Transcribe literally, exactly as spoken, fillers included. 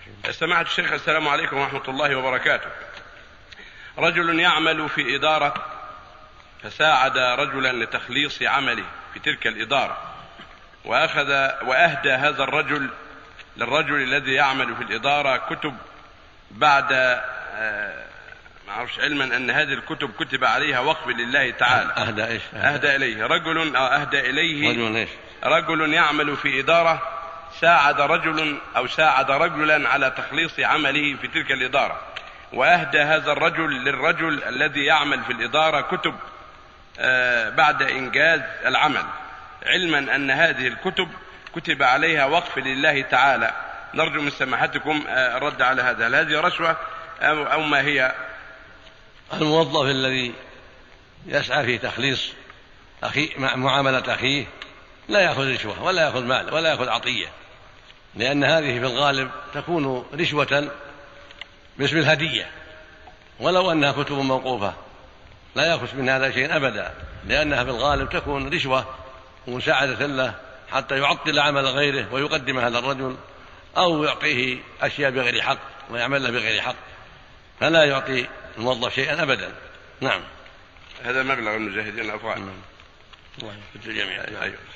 سماحة الشيخ، السلام عليكم ورحمة الله وبركاته. رجل يعمل في إدارة فساعد رجلا لتخليص عمله في تلك الإدارة، وأخذ وأهدى هذا الرجل للرجل الذي يعمل في الإدارة كتب بعد ما أعرفش علما أن هذه الكتب كتب عليها وقف لله تعالى. أهدى إيش؟ أهدى إليه رجل أهدى إليه رجل إيش؟ رجل يعمل في إدارة ساعد رجل أو ساعد رجلا على تخليص عمله في تلك الإدارة، وأهدى هذا الرجل للرجل الذي يعمل في الإدارة كتب بعد إنجاز العمل، علما أن هذه الكتب كتب عليها وقف لله تعالى. نرجو من سماحتكم الرد على هذا، هل هذه رشوة أو ما هي؟ الموظف الذي يسعى في تخليص أخي معاملة أخيه لا يأخذ رشوة ولا يأخذ مال ولا يأخذ عطية، لأن هذه في الغالب تكون رشوة باسم الهدية، ولو أنها كتب موقوفة لا يأخذ من هذا شيء أبدا، لأنها في الغالب تكون رشوة ومساعدة له حتى يعطل عمل غيره ويقدم هذا الرجل، أو يعطيه أشياء بغير حق ويعمل له بغير حق، فلا يعطي الموظف شيئا أبدا. نعم، هذا مبلغ المجاهدين الأفغان. الله يفتح الجميع. أيوه.